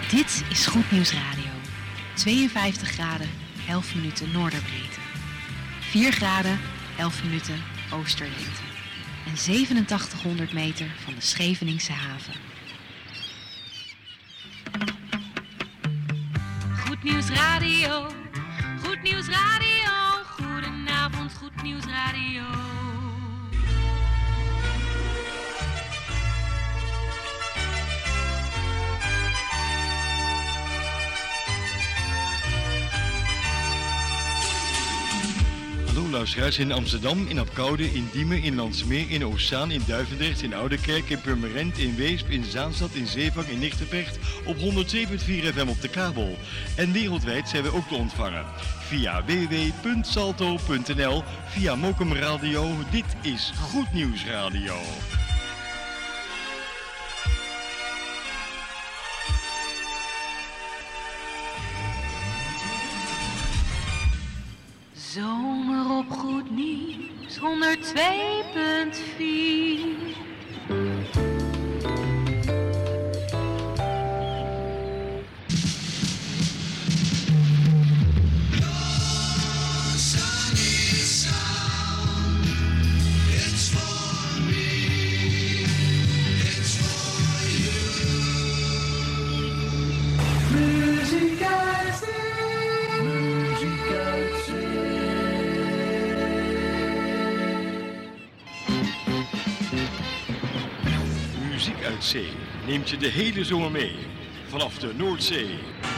Dit is Goed Nieuws Radio. 52 graden, 11 minuten noorderbreedte. 4 graden, 11 minuten oosterlengte. En 8700 meter van de Scheveningse haven. Goed Nieuws Radio. Goed Nieuws Radio. Goedenavond, Goed Nieuws Radio. Hallo luisteraars in Amsterdam, in Apkoude, in Diemen, in Landsmeer, in Oostzaan, in Duivendrecht, in Oudekerk, in Purmerend, in Weesp, in Zaanstad, in Zeevang, in Nigtevecht op 107.4 FM op de kabel. En wereldwijd zijn we ook te ontvangen via www.salto.nl, via Mokum Radio. Dit is Goed Nieuws Radio. Zomer op Goed Nieuws 102.4. Zee neemt je de hele zomer mee, vanaf de Noordzee.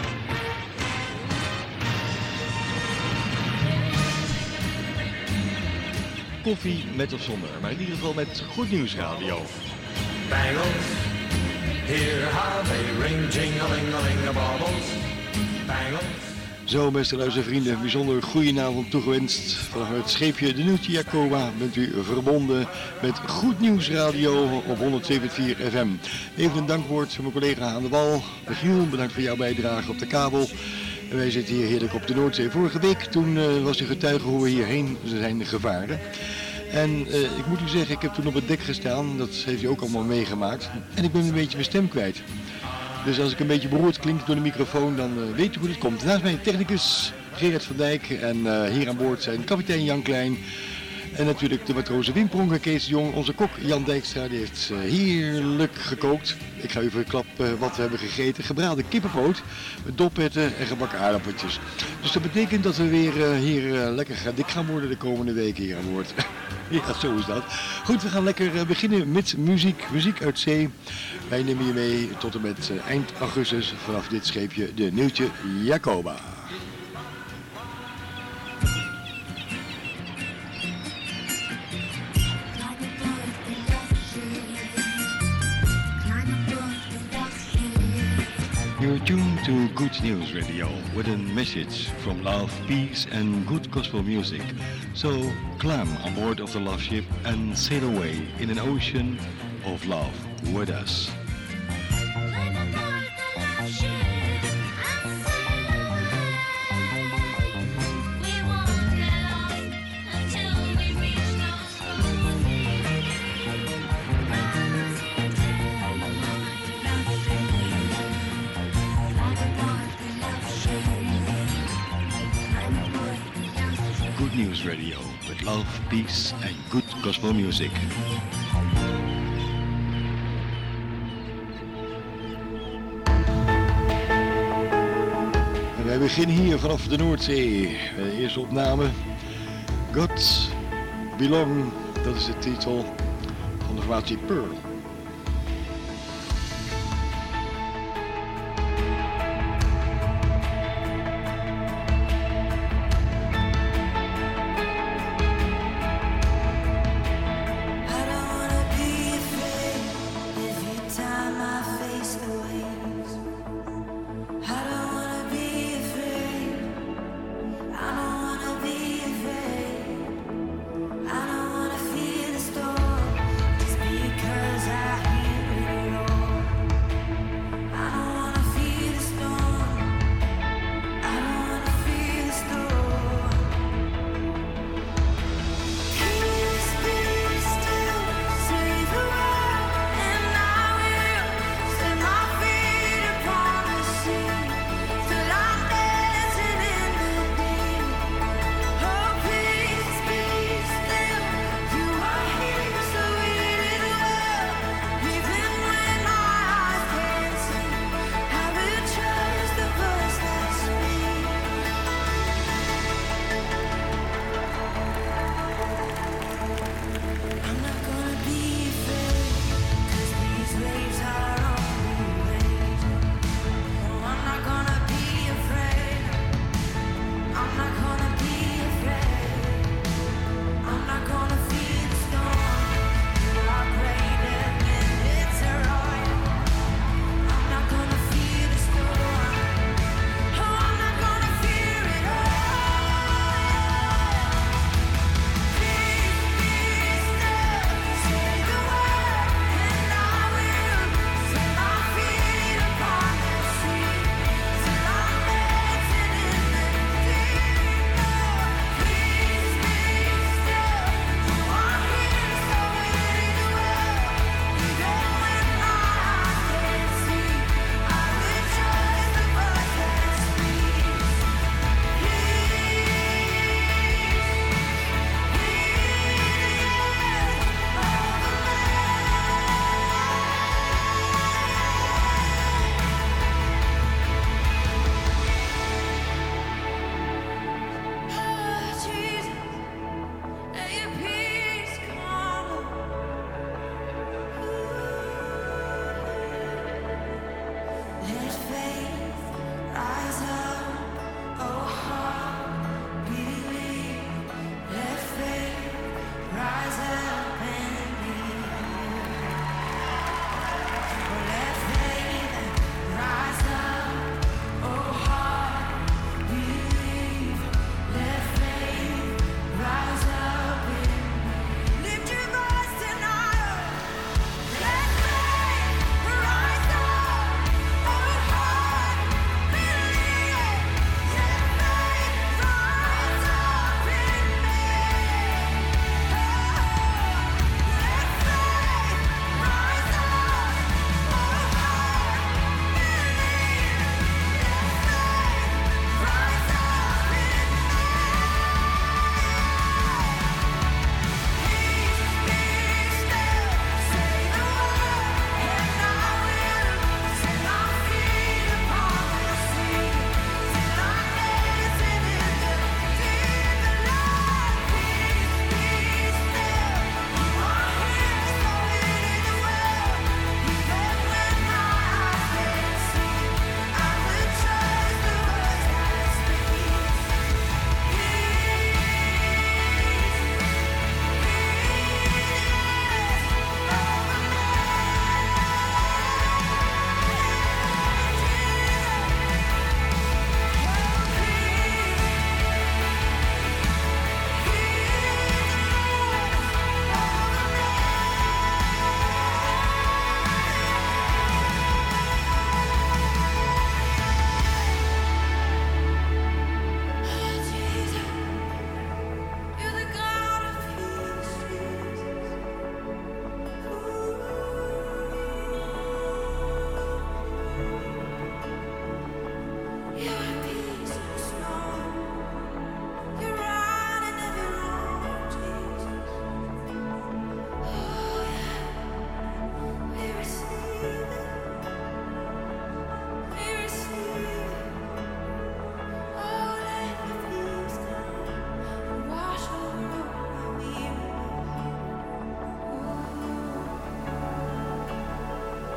Koffie met of zonder, maar in ieder geval met Goed Nieuws Radio. Bangles, hear how they ring, jing-a-ling-a-ling-a-bobbles. Bangles. Zo, beste luistervrienden, bijzonder goedenavond toegewenst. Vanaf het scheepje de Nieuwtje Jacoba bent u verbonden met Goed Nieuws Radio op 107.4 FM. Even een dankwoord voor mijn collega aan de wal. Giel, bedankt voor jouw bijdrage op de kabel. En wij zitten hier heerlijk op de Noordzee. Vorige week toen was u getuige hoe we hierheen zijn gevaren. En ik moet u zeggen, ik heb toen op het dek gestaan, dat heeft u ook allemaal meegemaakt. En ik ben een beetje mijn stem kwijt. Dus als ik een beetje beroerd klink door de microfoon, dan weet u hoe het komt. Naast mij technicus Gerard van Dijk en hier aan boord zijn kapitein Jan Klein. En natuurlijk de matrozen Wim Pronk en Kees de Jong. Onze kok Jan Dijkstra, die heeft heerlijk gekookt. Ik ga u verklappen wat we hebben gegeten. Gebraden kippenpoot met doppetten en gebakken aardappeltjes. Dus dat betekent dat we weer hier lekker dik gaan worden de komende weken hier aan boord. Ja, zo is dat. Goed, we gaan lekker beginnen met muziek uit zee. Wij nemen je mee tot en met eind augustus vanaf dit scheepje, de Nieuwtje Jacoba. You're tuned to Good News Radio with a message from love, peace and good gospel music. So climb on board of the love ship and sail away in an ocean of love with us. News Radio with love, peace and good gospel music. En wij beginnen hier vanaf de Noordzee. De eerste opname. God Belong, dat is de titel van de formatie Pearl. Cause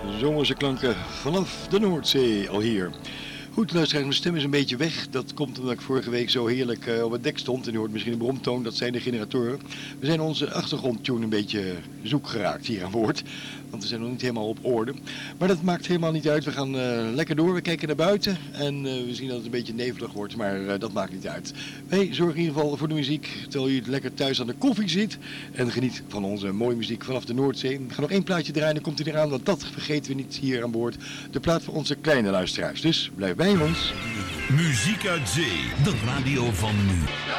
Zomerse klanken vanaf de Noordzee al hier. Goed, luisteraars, mijn stem is een beetje weg. Dat komt omdat ik vorige week zo heerlijk op het dek stond. En u hoort misschien een bromtoon, dat zijn de generatoren. We zijn onze achtergrondtune een beetje zoek geraakt hier aan boord. Want we zijn nog niet helemaal op orde. Maar dat maakt helemaal niet uit. We gaan lekker door. We kijken naar buiten. En we zien dat het een beetje nevelig wordt. Maar dat maakt niet uit. Wij zorgen in ieder geval voor de muziek. Terwijl u lekker thuis aan de koffie zit. En geniet van onze mooie muziek vanaf de Noordzee. We gaan nog één plaatje draaien. Dan komt hij eraan. Want dat vergeten we niet hier aan boord. De plaat voor onze kleine luisteraars. Dus blijf bij ons. Muziek uit zee. De radio van nu.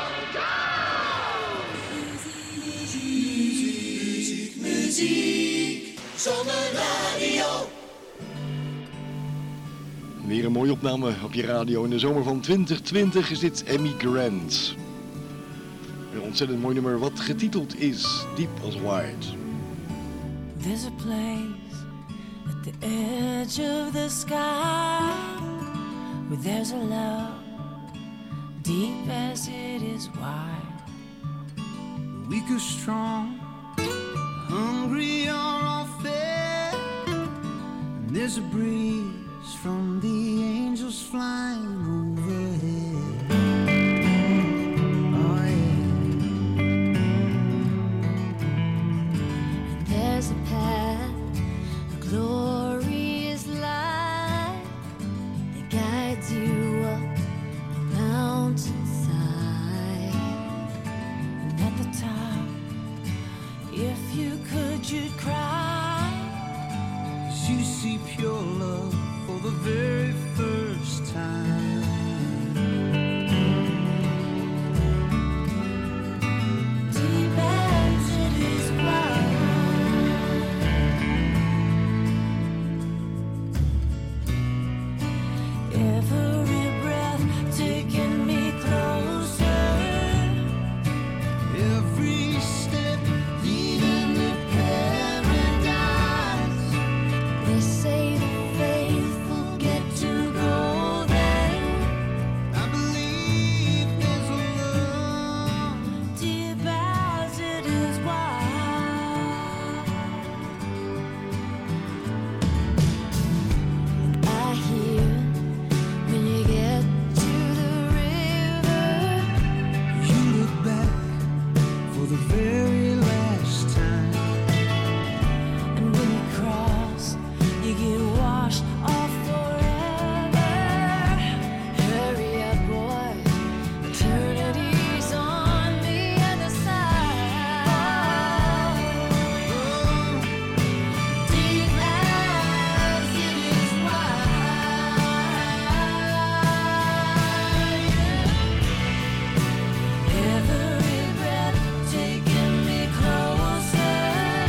Muziek, Zomerradio. Weer een mooie opname op je radio. In de zomer van 2020 is dit Amy Grant. Een ontzettend mooi nummer wat getiteld is Deep as Wide. There's a place at the edge of the sky where there's a love deep as it is wide. The weak or strong, hungry or all fed, and there's a breeze from the angels flying overhead. Oh yeah. And there's a path, a glorious light that guides you up the mountainside. And at the top, if you could, you'd cry, 'Cause you see pure love for the very first time. deep as it is wide. Every breath taking me closer. Every step leading to paradise. They say the faithful get to go there. I believe there's a love Deep as it is wide. I hear when you get to the river, you look back for the very last time. and when you cross, you get washed off forever. Hurry up, boy, eternity's on the other side. Deep as it is wide. Every breath taking me closer.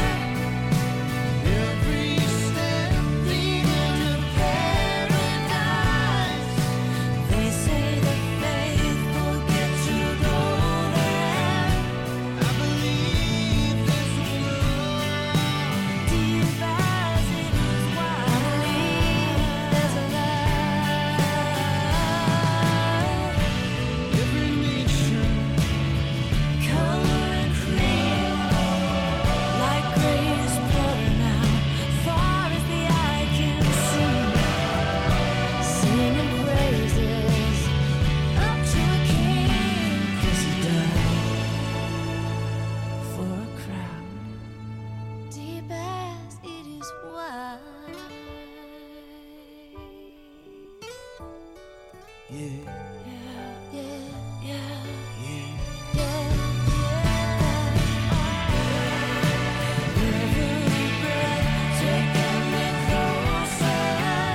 Every step Leading to paradise. They say the faithful get to go there. I believe there's a love Deep as it is wide. There's a love. every nation. Color and cream, like greatest blur now, far as the eye can see. Singing praises up to a king, 'cause he died for a crowd. Deep as it is wide. Yeah, Yeah, yeah, yeah. yeah. Every breath taking me closer.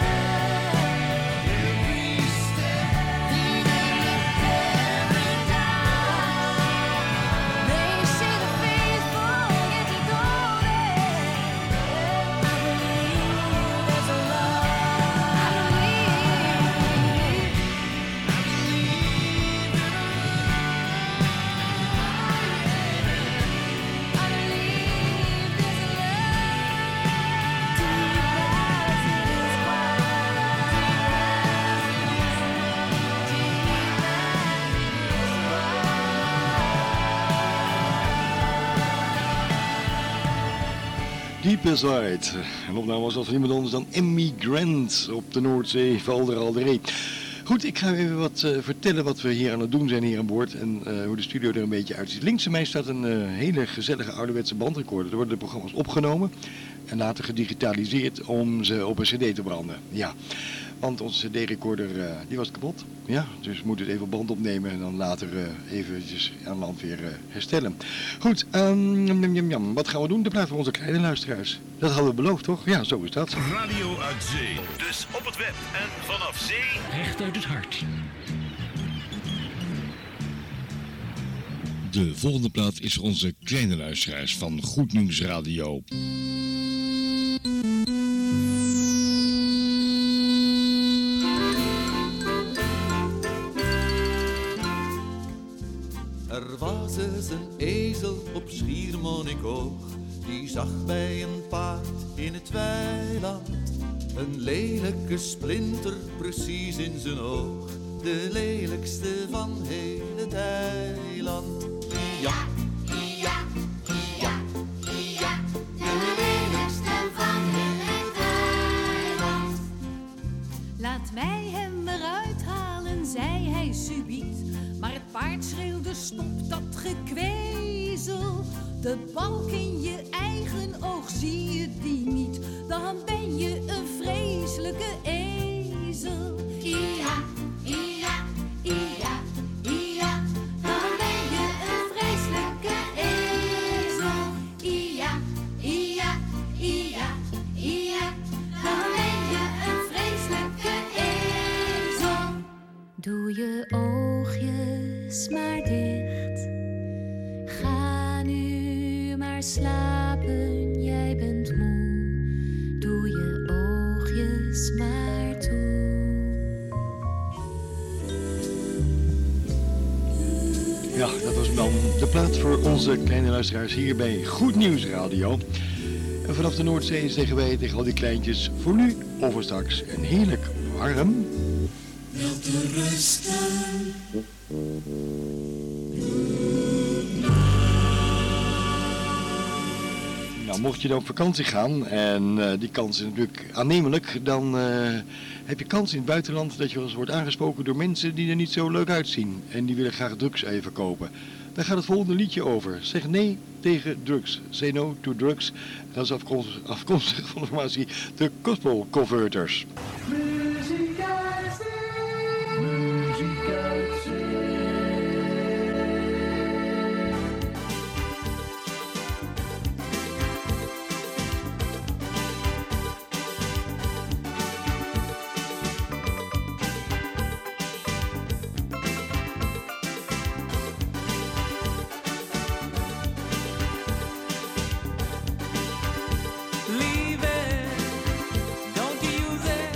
Every step Leading to paradise. They say the faithful get to go there. I believe there's a love. I believe. Deep Inside. En opname was dat van niemand anders dan Emmy Grant op de Noordzee, Valderal de Ree. Goed, ik ga even wat vertellen wat we hier aan het doen zijn hier aan boord en hoe de studio er een beetje uitziet. Links van mij staat een hele gezellige ouderwetse bandrecorder. Er worden de programma's opgenomen en later gedigitaliseerd om ze op een cd te branden. Ja, want onze cd-recorder die was kapot. Ja, dus we moeten het even op band opnemen en dan later eventjes aan land weer herstellen. Goed, wat gaan we doen? De plaat voor onze kleine luisteraars. Dat hadden we beloofd, toch? Ja, zo is dat. Radio uit zee. Dus op het web en vanaf zee. Recht uit het hart. De volgende plaat is voor onze kleine luisteraars van Goed Nieuws Radio. Er was eens een ezel op Schiermonnikoog, die zag bij een paard in het weiland een lelijke splinter precies in zijn oog, de lelijkste van heel het eiland. Ja, ja, ja, ja, de lelijkste van heel het eiland. Laat mij hem eruit halen, zei hij subiet. Maar het paard schreeuwde, stop dat gekwezel. De balk in je eigen oog, zie je die niet? Dan ben je een vreselijke ezel. Ja, ja, ja, ja. Dan ben je een vreselijke ezel. Ja, ja, ja, ja. Dan ben je een vreselijke ezel. Doe je oogjes maar dicht. Ga nu maar slapen, jij bent moe. Doe je oogjes maar toe. Ja, dat was dan de plaat voor onze kleine luisteraars hier bij Goed Nieuws Radio. En vanaf de Noordzee zeggen wij tegen al die kleintjes, voor nu of voor straks een heerlijk warm. Wel te rusten. Nou, mocht je dan op vakantie gaan, en die kans is natuurlijk aannemelijk, dan heb je kans in het buitenland dat je wel eens wordt aangesproken door mensen die er niet zo leuk uitzien. En die willen graag drugs even kopen. Daar gaat het volgende liedje over. Zeg nee tegen drugs. Say no to drugs. Dat is afkomstig van de formatie de Gospel Converters. Muziek uit zee, muziek uit zee. Leave it, don't use it.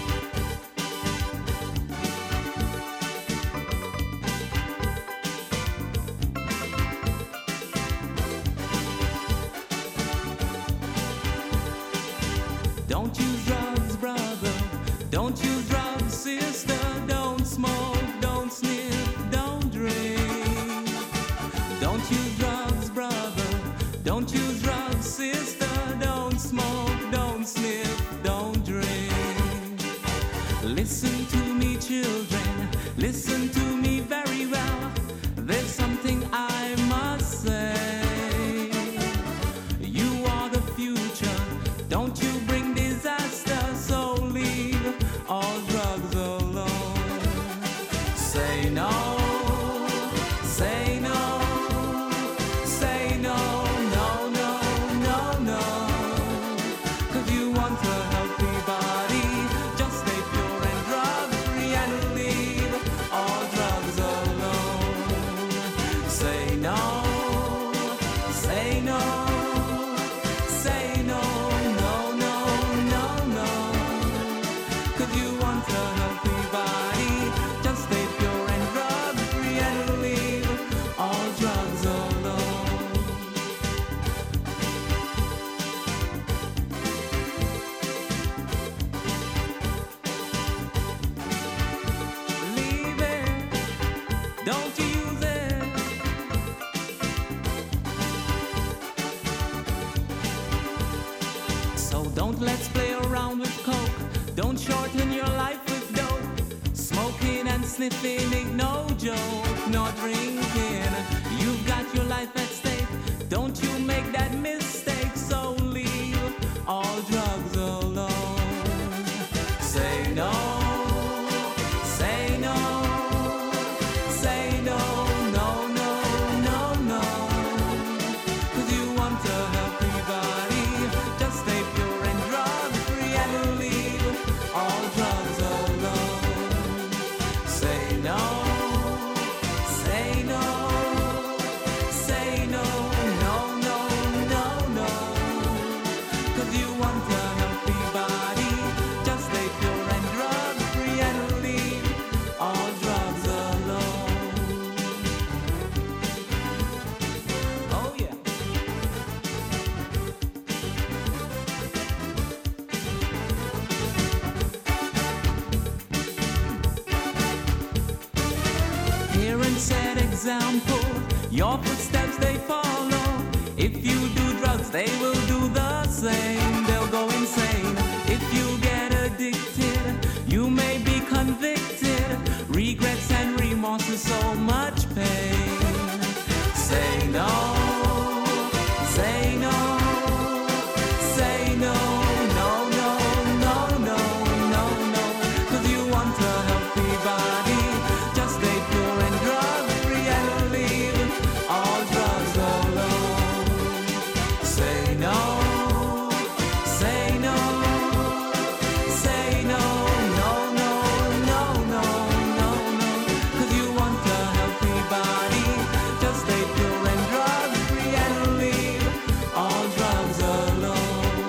Don't use drugs, brother. Don't use drugs, sister. Don't smoke, don't sniff, don't drink. Don't use drugs, brother. Don't use drugs, sister. Don't smoke, don't sniff, don't drink. Listen to me, children. Listen to me very well. There's something I must say. You are the future. Don't you bring disaster. don't let's play around with coke. Don't shorten your life with dope. Smoking and sniffing ain't no joke. Nor drinking, you've got your life at stake. Don't you make that mistake. So leave all drugs alone. Say no. Say no. Say no. No, no, no, no. 'Cause you want a healthy body. Just stay pure and drug free and leave all drugs alone. Say no. Say no. Say no. No, no, no, no. 'Cause you want a healthy body. Just stay pure and drug free and leave all drugs alone. Oh yeah. Parents set example, your footsteps they follow. If you do drugs, they will do the same. They'll go insane. If you get addicted, you may be convicted. Regrets and remorse and so much pain. Say no. Say no. Say no. No, no, no, no, no, no. 'Cause you want a healthy body. Just stay pure and drug free and leave all drugs alone. Say no. Say no. Say no. No, no, no, no, no, no. 'Cause you want a healthy body. Just stay pure and drug free and leave all drugs alone.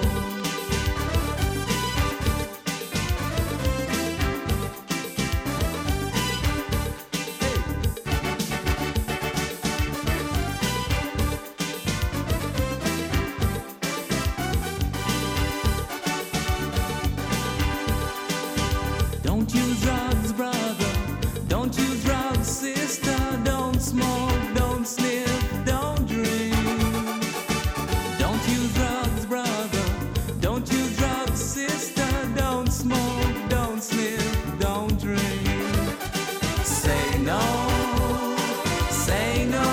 Don't use drugs, brother. Don't use drugs, sister. Don't smoke, don't sniff, don't drink. Don't use drugs, brother. Don't use drugs, sister. Don't smoke, don't sniff, don't drink. Say no. Say no.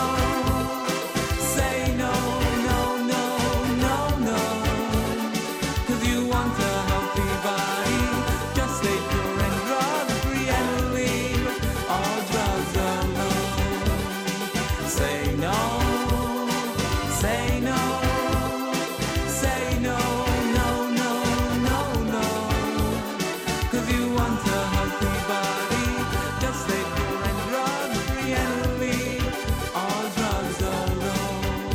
Say no, no, no, no, no. 'Cause you want a healthy body. Just stay pure and drug free and leave all drugs alone. Say no. Say no. Say no, no, no, no, no. 'Cause you want a healthy body. Just stay pure and drug free and leave all drugs alone.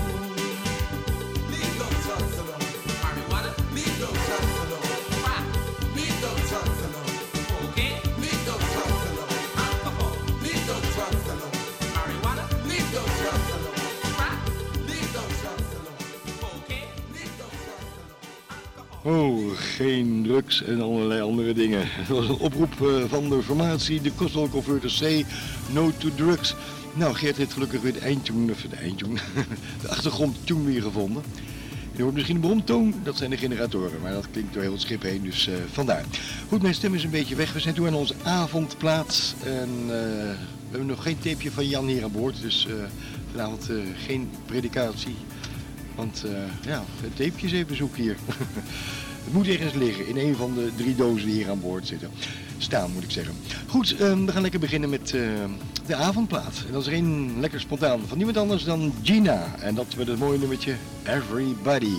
Leave those drugs alone. Marijuana? Leave those drugs alone. Crack? Leave those drugs alone. Cocaine? Leave those drugs alone. Alcohol? Leave those drugs alone. Marijuana? Leave those drugs alone. Crack? Leave those drugs alone. Cocaine? Leave those drugs alone. Oh, geen drugs en allerlei andere dingen. Het was een oproep van de formatie, de Coastal Converters Say No to Drugs. Nou, Geert heeft gelukkig weer de eindtune, de achtergrondtune weer gevonden. Je hoort misschien een bromtoon, dat zijn de generatoren, maar dat klinkt door heel het schip heen, dus vandaar. Goed, mijn stem is een beetje weg, we zijn toe aan onze avondplaats en we hebben nog geen tapeje van Jan hier aan boord, dus vanavond geen predikatie. Want ja, het tapeje is even zoek hier. Het moet ergens liggen in een van de 3 dozen die hier aan boord zitten. Staan moet ik zeggen. Goed, we gaan lekker beginnen met de avondplaat. En dat is er een lekker spontaan van niemand anders dan Gina. En dat met het mooie nummertje Everybody.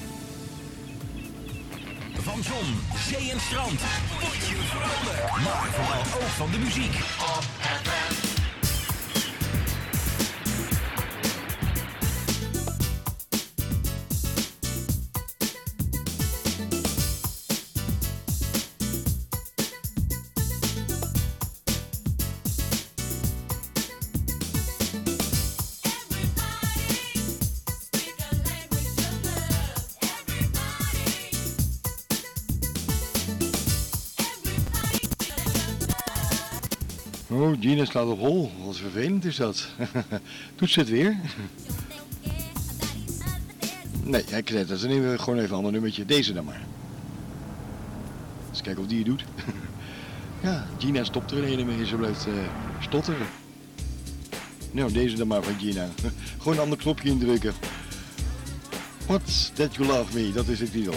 Van zon, zee en strand. Word je vrolijk. Maar vooral ook van de muziek. Op FM. Oh, Gina slaat op hol. Wat vervelend is dat. Doet ze het weer? Nee, ik net. Dan nemen we gewoon even een ander nummertje. Deze dan maar. Eens kijken of die het doet. Ja, Gina stopt er een mee. Ze blijft stotteren. Nou, deze dan maar van Gina. Gewoon een ander knopje indrukken. What's That You Love Me? Dat is de titel.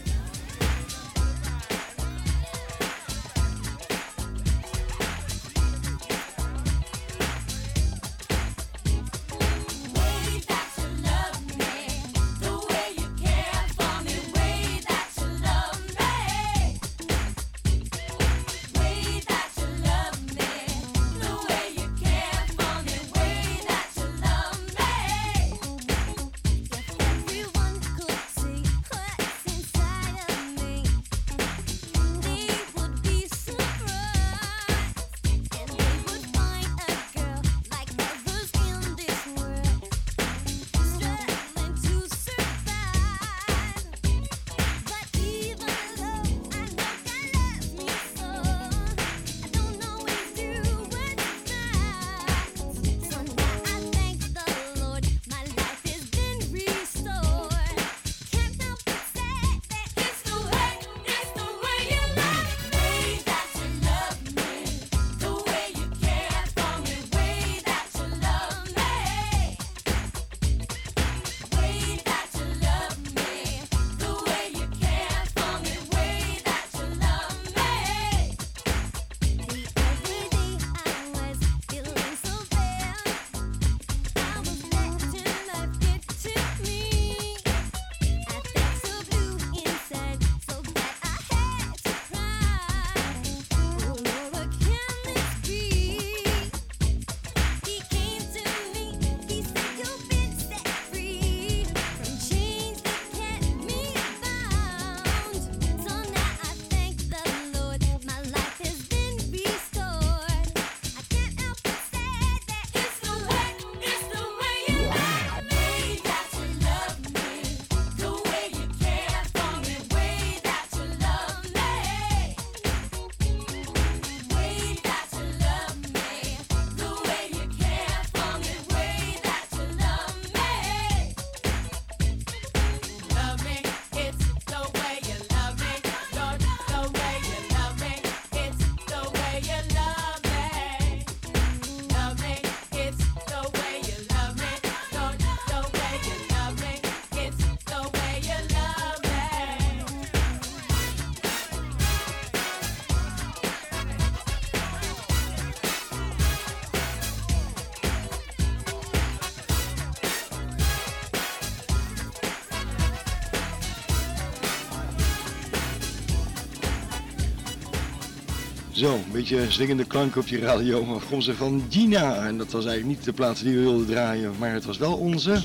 Zo, een beetje zwingende klank op je radio, afkomstig van Gina. En dat was eigenlijk niet de plaats die we wilden draaien, maar het was wel onze...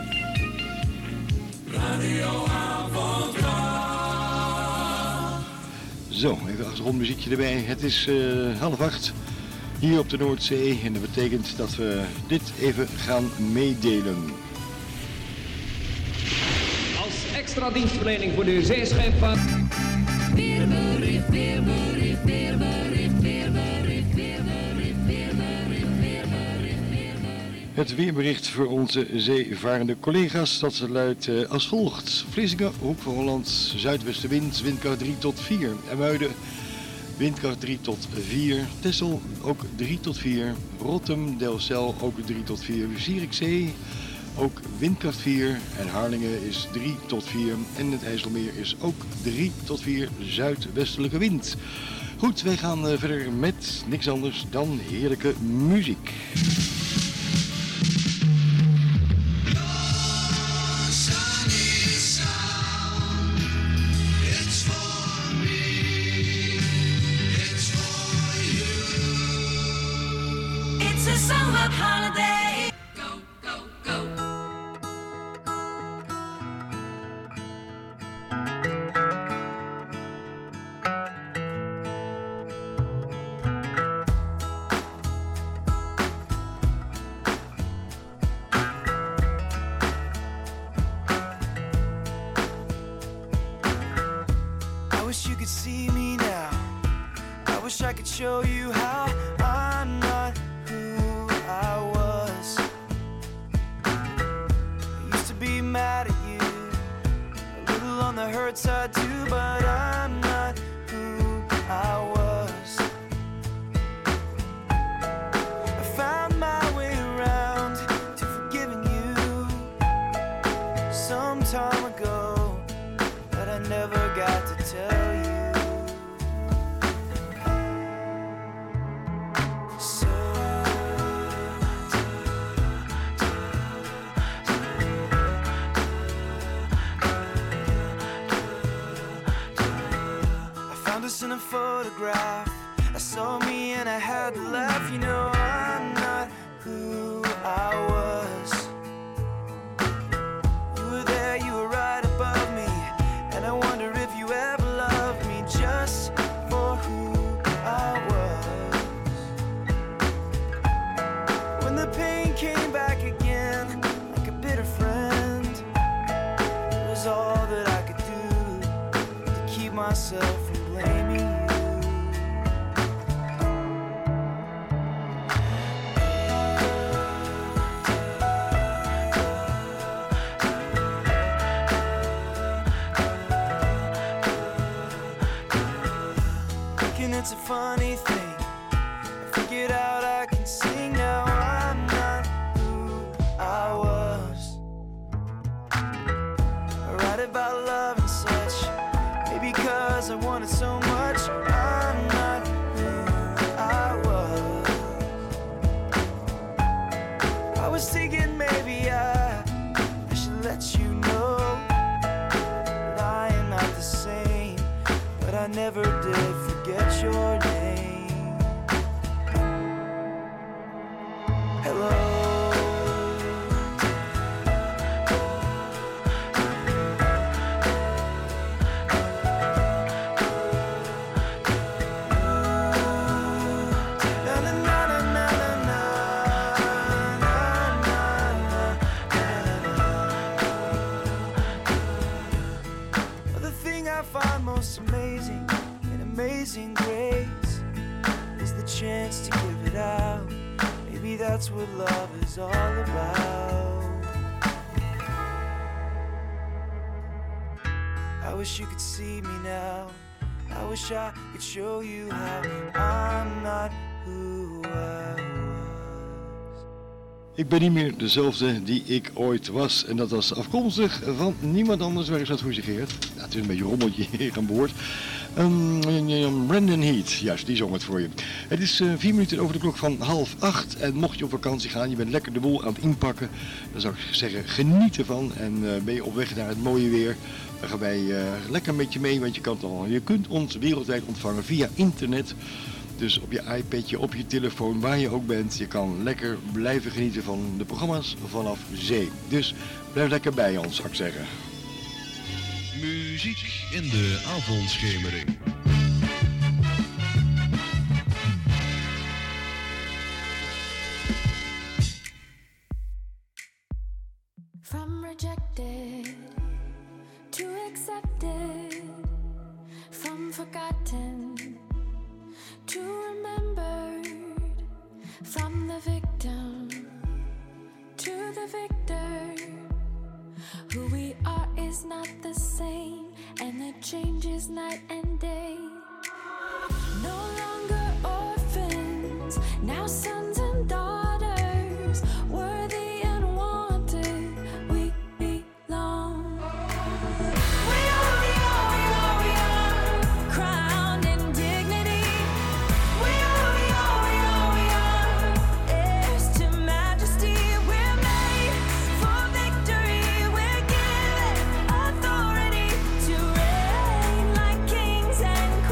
Radioavond. Zo, even achtergrondmuziekje erbij. Het is 7:30 hier op de Noordzee en dat betekent dat we dit even gaan meedelen. Als extra dienstverlening voor de zeescheepvaart. Weerbericht, weerbericht, weerbericht, weerbericht, weerbericht, weerbericht, Het weerbericht voor onze zeevarende collega's, dat luidt als volgt. Vlissingen, Hoek van Holland, zuidwestenwind, windkracht 3 tot 4. En Muiden, windkracht 3 tot 4. Texel, ook 3 tot 4. Rottum, Delfzijl, ook 3 tot 4. Zierikzee, ook windkracht 4. En Harlingen is 3 tot 4. En het IJsselmeer is ook 3 tot 4 zuidwestelijke wind. Goed, wij gaan verder met niks anders dan heerlijke muziek. Summer holiday. Go, go, go. I wish you could see me now. I wish I could show you how I'm not who I was. I used to be mad at you, a little on the hurt side too, but I'm not who never got to tell you. In a photograph, I saw me and I had to laugh. You know I'm not who I was. You were there, you were right above me, and I wonder if you ever loved me just for who I was. When the pain came back again, like a bitter friend, it was all that I could do to keep myself from blaming you. Thinking it's a funny thing, I figured out I can sing now. I'm not who I was. I write about love and such, maybe because I wanted so much. I'm not who I was. I was thinking maybe I should let you know that I am not the same, but I never did forget your name. Hello. Amazing, an amazing grace is the chance to give it out. Maybe that's what love is all about. I wish you could see me now. I wish I could show you how I'm not who I was. Ik ben niet meer dezelfde die ik ooit was. En dat was afkomstig van niemand anders, waar is dat gehusegeerd? Ja, het is een beetje een rommeltje hier aan boord. Brandon Heath, juist, die zong het voor je. Het is 4 minuten over de klok van 7:30. En mocht je op vakantie gaan, je bent lekker de boel aan het inpakken. Dan zou ik zeggen, geniet ervan. En ben je op weg naar het mooie weer, dan gaan wij lekker met je mee. Want je kunt ons wereldwijd ontvangen via internet. Dus op je iPadje, op je telefoon, waar je ook bent. Je kan lekker blijven genieten van de programma's vanaf zee. Dus blijf lekker bij ons, zou ik zeggen. Muziek in de avondschemering. From rejected to accepted, from forgotten to remembered, from the victim to the victor. Who we are is not the same, and the change is night and day. No longer orphans, now sons and daughters, worthy and wanted, we belong. We are, crowned in dignity. We are, heirs to majesty. We're made for victory. We're given authority to reign like kings and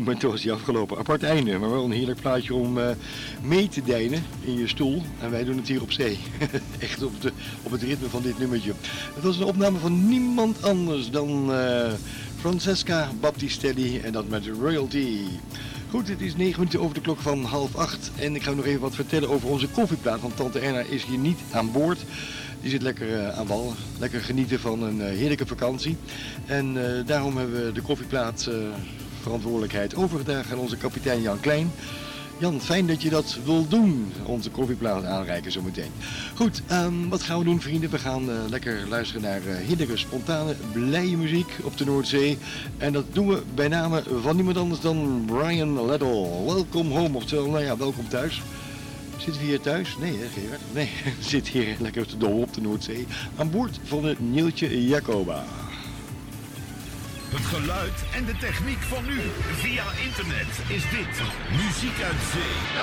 moment was hij afgelopen. Apart einde, maar wel een heerlijk plaatje om mee te deinen in je stoel. En wij doen het hier op zee. Echt op het ritme van dit nummertje. Het was een opname van niemand anders dan Francesca Battistelli en dat met Royalty. Goed, het is 9 minuten over de klok van 7:30 en ik ga nog even wat vertellen over onze koffieplaat, want tante Erna is hier niet aan boord. Die zit lekker aan wal, lekker genieten van een heerlijke vakantie. En daarom hebben we de koffieplaat verantwoordelijkheid overgedragen aan onze kapitein Jan Klein. Jan, fijn dat je dat wil doen, onze koffieplaat aanreiken zometeen. Goed, wat gaan we doen, vrienden? We gaan lekker luisteren naar heerlijke, spontane, blije muziek op de Noordzee. En dat doen we bij name van niemand anders dan Brian Liddell. Welcome home, oftewel, nou ja, welkom thuis. Zitten we hier thuis? Nee, hè, Gerard? Nee, we zitten hier lekker op de dol op de Noordzee. Aan boord van de Neeltje Jacoba. Het geluid en de techniek van nu. Via internet is dit Muziek uit Zee.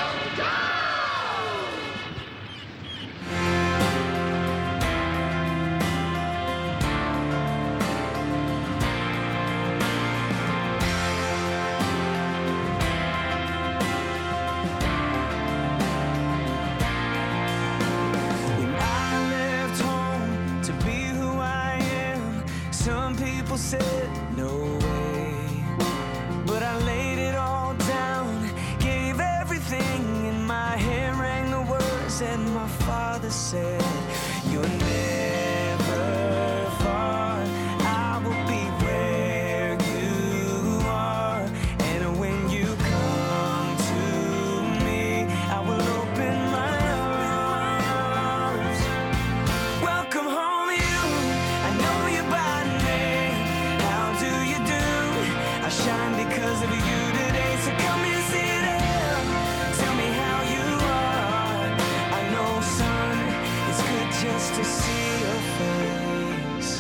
When I left home to be who I am, some people said no way, but I laid it all down, gave everything, and my hand rang the words that my father said, you're never far, I will be where you are, and when you come to me, I will open my arms. Welcome home you, I know you by name, how do you do? I shine because of you today, so come and sit down. Tell me how you are. I know, son, it's good just to see your face.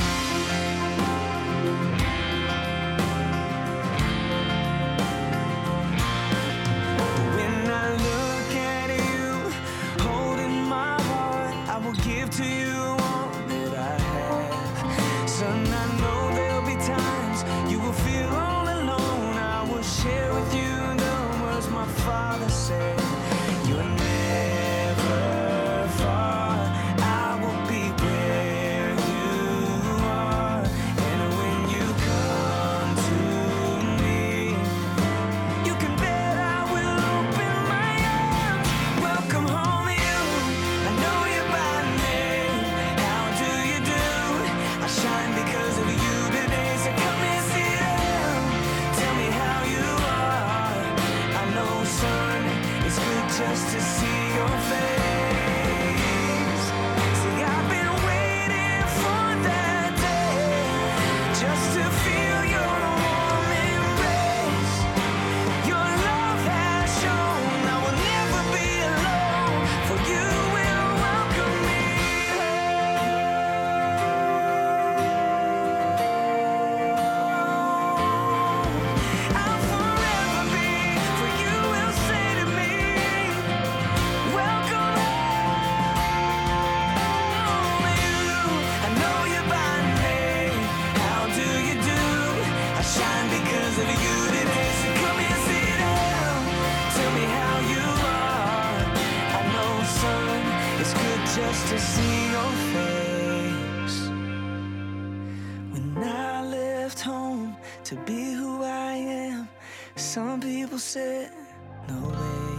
When I look at you, holding my heart, I will give to you all that I have. Son, I know there'll be times you will feel all alone. I will share with you the words my father said. You're never far, I will be where you are. And when you come to me, you can bet I will open my arms. Welcome home you, I know you by name, how do you do? I shine because of you today, so come and sit down. Tell me how you are. I know, son, it's good just to see your face. See, I've been waiting for that day, just to feel your warm embrace. Your love has shown I will never be alone, for you will welcome me I'll forever be, for you will say to me, welcome home you. I know you by name, how do you do? I shine because of you today, so come and sit down. Tell me how you are. I know, son, it's good just to see your face. When I left home to be who I am, some people said no way.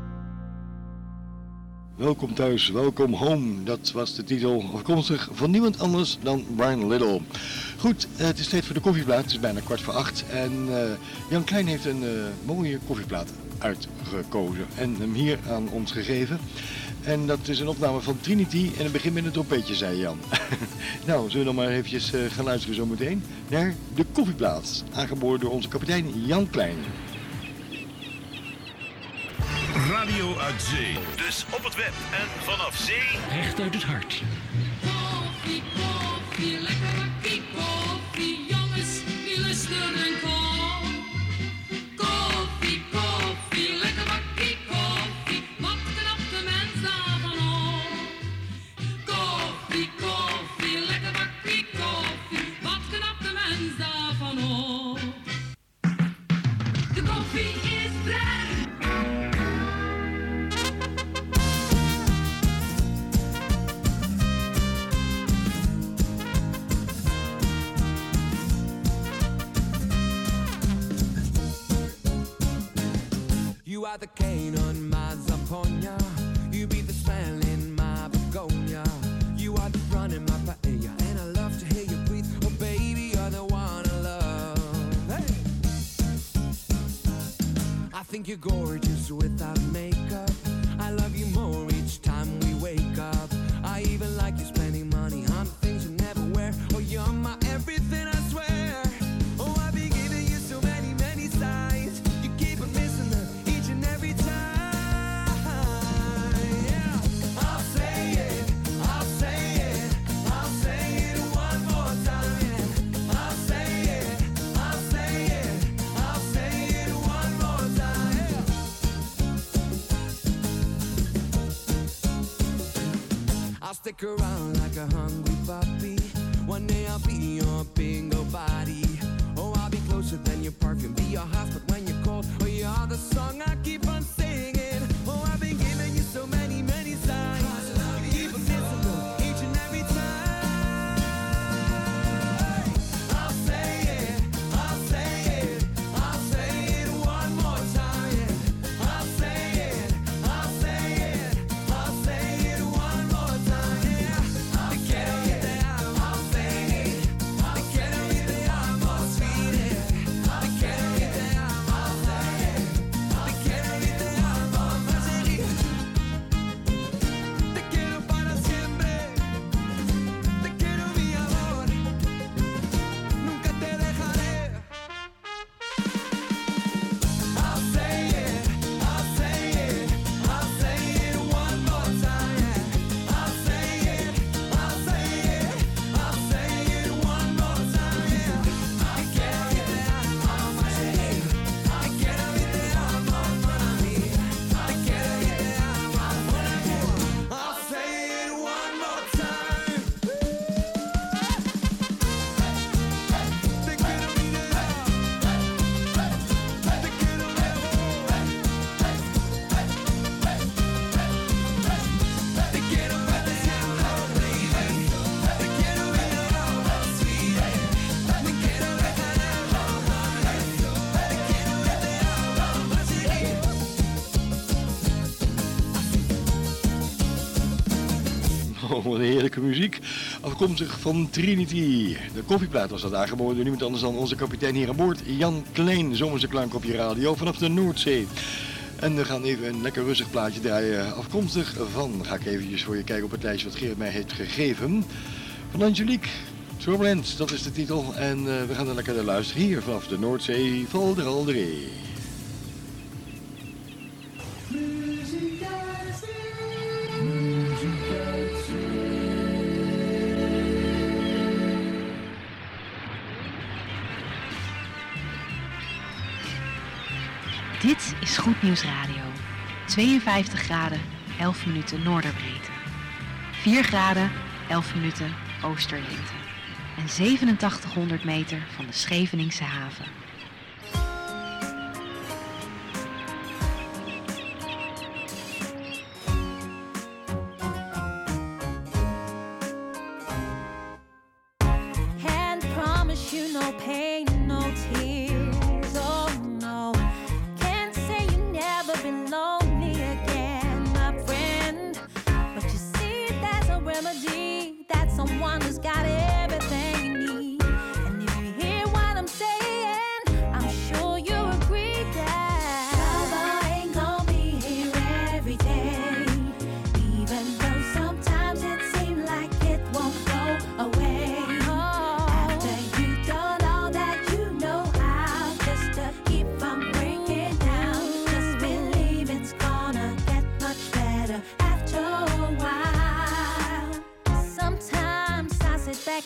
Welkom thuis, welkom home. Dat was de titel afkomstig van niemand anders dan Brian Liddell. Goed, het is tijd voor de koffieplaat. Het is bijna 7:15 en Jan Klein heeft een mooie koffieplaat uitgekozen en hem hier aan ons gegeven. En dat is een opname van Trinity en het begint met een trompetje, zei Jan. Nou, zullen we dan maar eventjes gaan luisteren zo meteen naar de koffieplaat. Aangeboden door onze kapitein Jan Klein. Radio uit Zee. Dus op het web en vanaf zee. Recht uit het hart. Koffie, koffie, lekker bakkie koffie, jongens, die lusten en kom. Koffie, koffie, lekker bakkie koffie, wat knapt de mens daarvan op? Koffie, koffie, lekker bakkie koffie, wat knapt de mens daarvan op? De koffie You are the cane on my Zaponia. You be the smell in my begonia. You are the run in my paella. And I love to hear you breathe. Oh baby, you're the one I love. Hey! I think you're gorgeous without makeup. I love you more each time we wake up. I even like you spending money on things you never wear. Oh, you're my everything, I swear. Oh, I've been giving you so many, many signs. You keep on missing them each and every time. Yeah, I'll say it, I'll say it, I'll say it one more time. Yeah, I'll say it, I'll say it, I'll say it one more time. Yeah. I'll stick around like a hungry puppy. One day I'll be your bingo body. Oh, I'll be closer than your perfume. Be your house, but when you're cold, oh, you're the song I keep on singing. Oh, I've been giving you so many, many signs. You keep on missing them each and every time. I'll say it, I'll say it, I'll say it one more time. Yeah. I'll say it, I'll say it, I'll say it one more time. Yeah. Te quiero y te amo, baby. Te quiero y te amo, sweetie. Te quiero y te amo, baby. Te quiero y te amo, Marjorie. Te quiero para siempre. Te quiero, mi amor. Nunca te dejaré. I'll say it, I'll say it, I'll say it one more time. Yeah. I'll say it, I'll say it, I'll say it one more time. Yeah. Te quiero y te amo, Marjorie. Te quiero y te amo, mami. Te quiero y te amo, mon amour. I'll say it one more time. Te quiero y te amo. Te quiero, mi amor. Te quiero, mi para siempre, baby. Te quiero, mi amor, sweetie. Te quiero dejar el honey. Te quiero y te amo, Marjorie. Oh, wat een heerlijke muziek. Afkomstig van Trinity. De koffieplaat was dat aangeboden door niemand anders dan onze kapitein hier aan boord, Jan Klein. Zomerse klank op je radio vanaf de Noordzee. En we gaan even een lekker rustig plaatje draaien. Afkomstig van, ga ik eventjes voor je kijken op het lijstje wat Gerrit mij heeft gegeven. Van Angelique. Shoreland, dat is de titel. En we gaan er lekker naar luisteren hier vanaf de Noordzee, Val de Alderee. Dit is Goed Nieuws Radio. 52 graden, 11 minuten noorderbreedte. 4 graden, 11 minuten oosterlengte. En 8700 meter van de Scheveningse haven. Can't promise you no pain, no tears, oh no. Can't say you never been lonely again, my friend. But you see, there's a remedy, that someone who's got everything you need. And if you hear what I'm saying, I'm sure you agree that love ain't gonna be here every day. Even though sometimes it seems like it won't go away. After you've done all that you know how, just to keep from breaking down. Just believe it's gonna get much better after a while. Sometimes I sit back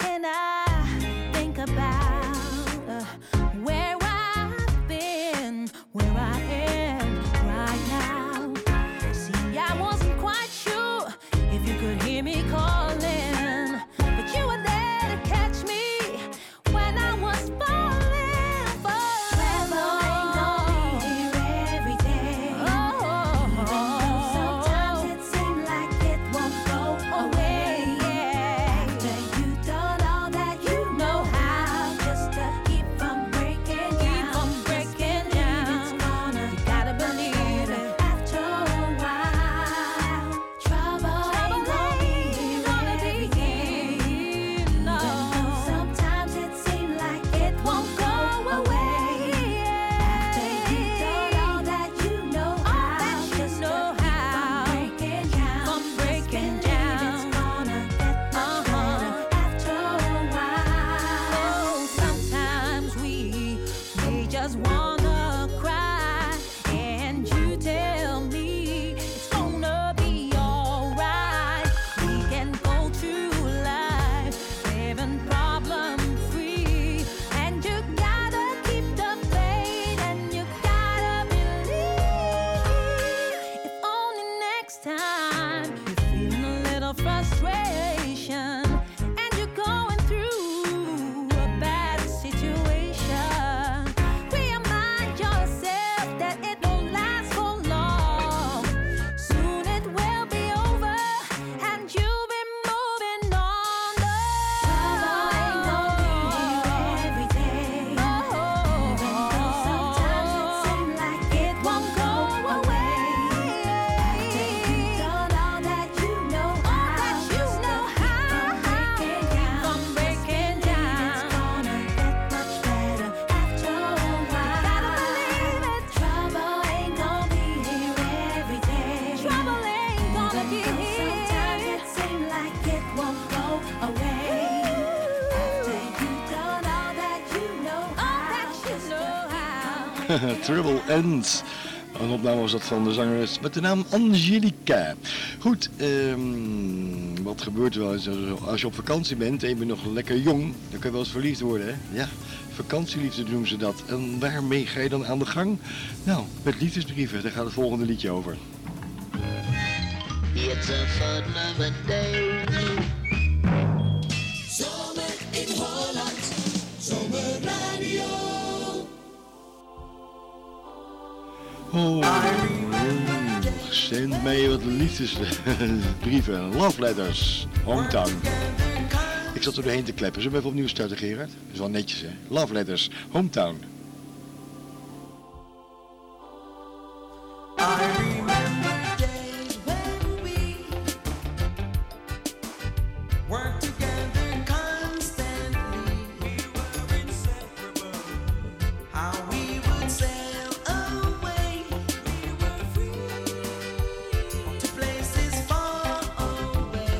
next time you're feeling a little frustration and you're going through a bad situation, remind yourself that it won't last for long. Soon it will be over and you'll be moving on. Trouble ain't gonna be here every day. Even though sometimes it seems like it won't go away. After you've done all that you know how, from breaking down, it's gonna get much better after a while. Gotta believe it. Trouble ain't gonna be here every day. Trouble ain't gonna be here. Sometimes it seems like it won't go away. After you've done all that you know how. Trouble Ends. Een opname was dat van de zangeres met de naam Angelica. Goed, wat gebeurt er wel eens als je op vakantie bent en je bent nog lekker jong, dan kan je wel eens verliefd worden, hè? Ja, vakantieliefde noemen ze dat. En waarmee ga je dan aan de gang? Nou, met liefdesbrieven, daar gaat het volgende liedje over. It's a fun-loving day. Zomer in Holland, Zomerradio. Oh, zend mij wat liefdesbrieven, love letters, hometown. Ik zat er doorheen te kleppen. Zullen we even opnieuw starten, Gerard? Dat is wel netjes, hè? Love letters, hometown. Work together constantly. We were inseparable. How we would sail away. We were free to places far away.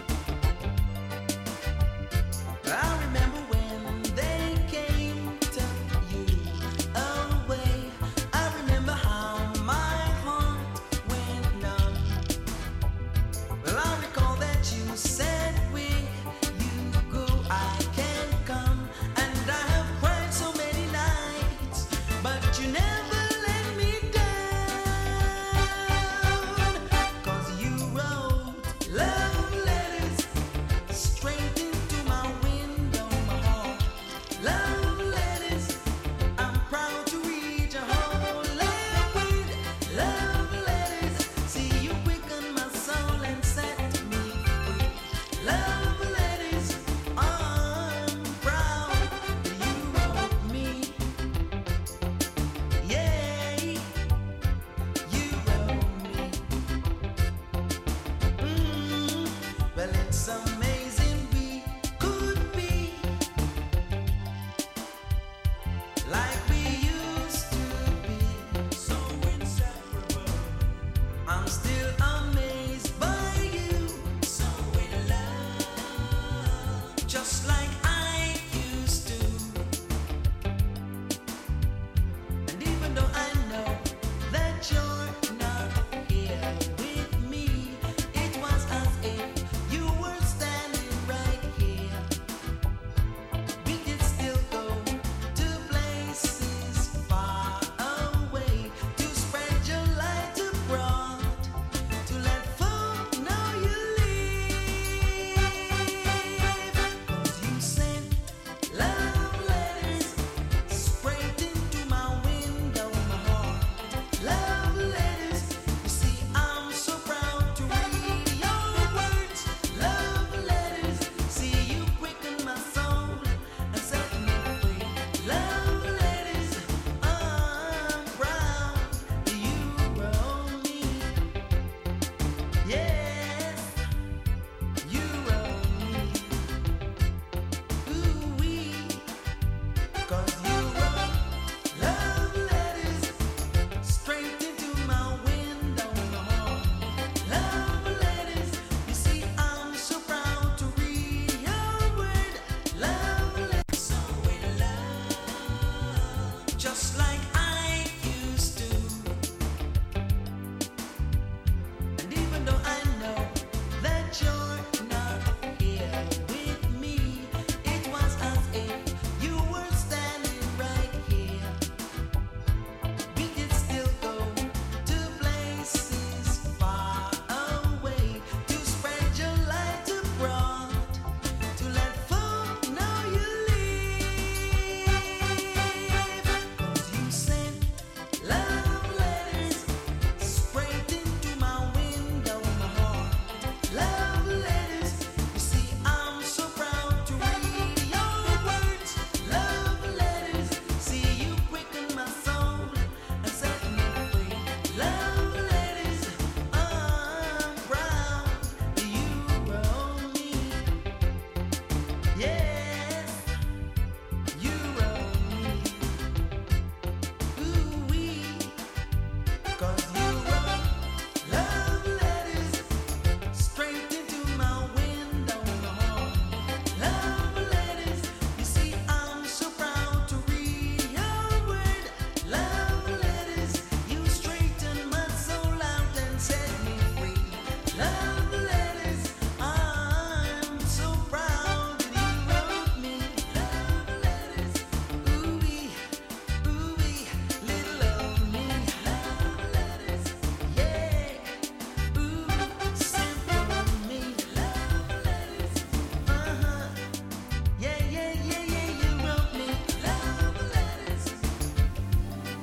I remember when they came to you away. I remember how my heart went numb. Well, I recall that you said,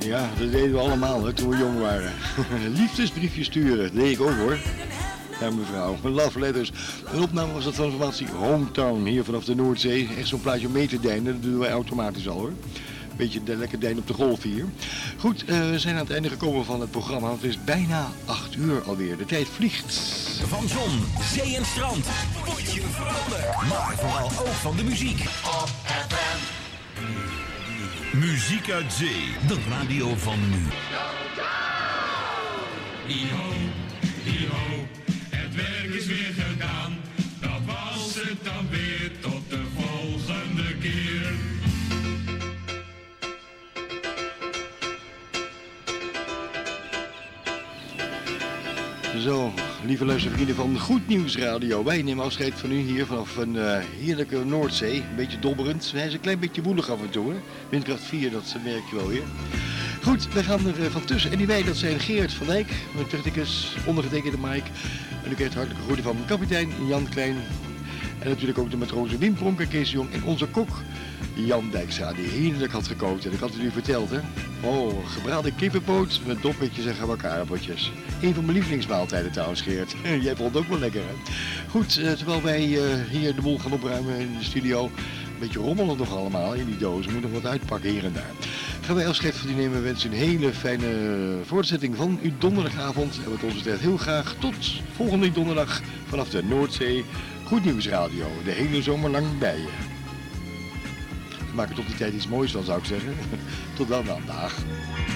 Ja, dat deden we allemaal hè, toen we jong waren. Liefdesbriefjes sturen, dat deed ik ook hoor. Ja, mevrouw. Love Letters. Een opname was dat van de formatie Hometown, hier vanaf de Noordzee. Echt zo'n plaatje om mee te deinen, dat doen wij automatisch al hoor. Beetje de lekker dein op de golf hier. Goed, we zijn aan het einde gekomen van het programma. Het is bijna 8 uur alweer. De tijd vliegt. Van zon, zee en strand. Word je vrolijk. Maar vooral ook van de muziek. Op FM. Muziek uit zee. De radio van nu. Hi-ho, hi-ho, het werk is weer gedaan. Dat was het dan weer, tot de volgende keer. Zo, lieve luistervrienden van Goed Nieuws Radio. Wij nemen afscheid van u hier vanaf een heerlijke Noordzee. Een beetje dobberend. Hij is een klein beetje woelig af en toe. Hè? Windkracht 4, dat merk je wel weer. Goed, wij gaan er van tussen. En die wij, dat zijn Geert van Dijk, mijn technicus, ondergetekende Mike. En u krijgt hartelijke groeten van kapitein Jan Klein. En natuurlijk ook de matrozen Wim Pronker, Kees Jong en onze kok Jan Dijkstra, die heerlijk had gekookt. En ik had het u verteld, hè. Oh, gebraden kippenpoot met doppetjes en gebakken aardappeltjes. Een van mijn lievelingsmaaltijden trouwens, Geert. Jij vond het ook wel lekker, hè. Goed, terwijl wij hier de boel gaan opruimen in de studio. Een beetje rommelig nog allemaal in die dozen. Moet nog wat uitpakken hier en daar. Gaan wij afscheid van u nemen. We wensen een hele fijne voortzetting van uw donderdagavond. En wat ons betreft heel graag tot volgende donderdag vanaf de Noordzee. Goed Nieuws Radio. De hele zomer lang bij je. Maak er tot die tijd iets moois van, zou ik zeggen. Tot dan, dag.